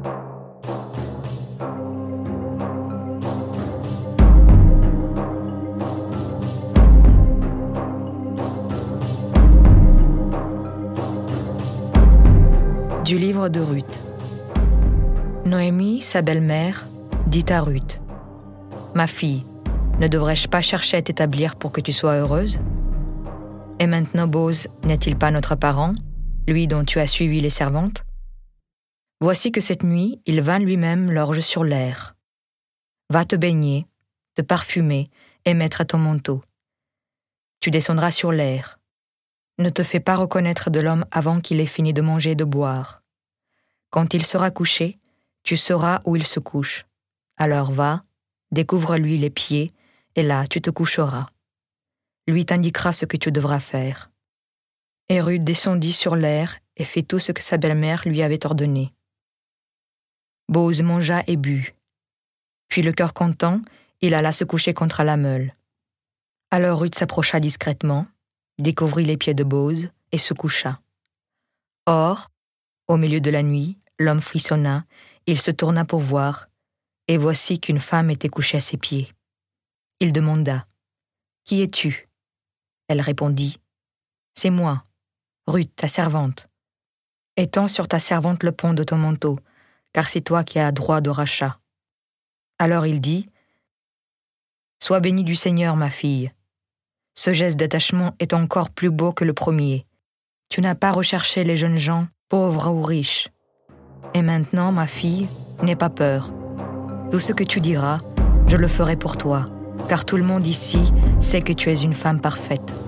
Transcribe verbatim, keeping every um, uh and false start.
Du livre de Ruth. Noémie, sa belle-mère, dit à Ruth : « Ma fille, ne devrais-je pas chercher à t'établir pour que tu sois heureuse ? Et maintenant Bose n'est-il pas notre parent, lui dont tu as suivi les servantes ? Voici que cette nuit, il vint lui-même l'orge sur l'air. Va te baigner, te parfumer et mettre ton manteau. Tu descendras sur l'air. Ne te fais pas reconnaître de l'homme avant qu'il ait fini de manger et de boire. Quand il sera couché, tu sauras où il se couche. Alors va, découvre-lui les pieds, et là tu te coucheras. Lui t'indiquera ce que tu devras faire. » Et Ruth descendit sur l'air et fit tout ce que sa belle-mère lui avait ordonné. Bose mangea et but. Puis le cœur content, il alla se coucher contre la meule. Alors Ruth s'approcha discrètement, découvrit les pieds de Bose et se coucha. Or, au milieu de la nuit, l'homme frissonna, il se tourna pour voir, et voici qu'une femme était couchée à ses pieds. Il demanda : « Qui es-tu ? » Elle répondit : « C'est moi, Ruth, ta servante. Étends sur ta servante le pan de ton manteau, car c'est toi qui as droit de rachat. » Alors il dit : « Sois bénie du Seigneur, ma fille. Ce geste d'attachement est encore plus beau que le premier. Tu n'as pas recherché les jeunes gens, pauvres ou riches. Et maintenant, ma fille, n'aie pas peur. Tout ce que tu diras, je le ferai pour toi, car tout le monde ici sait que tu es une femme parfaite.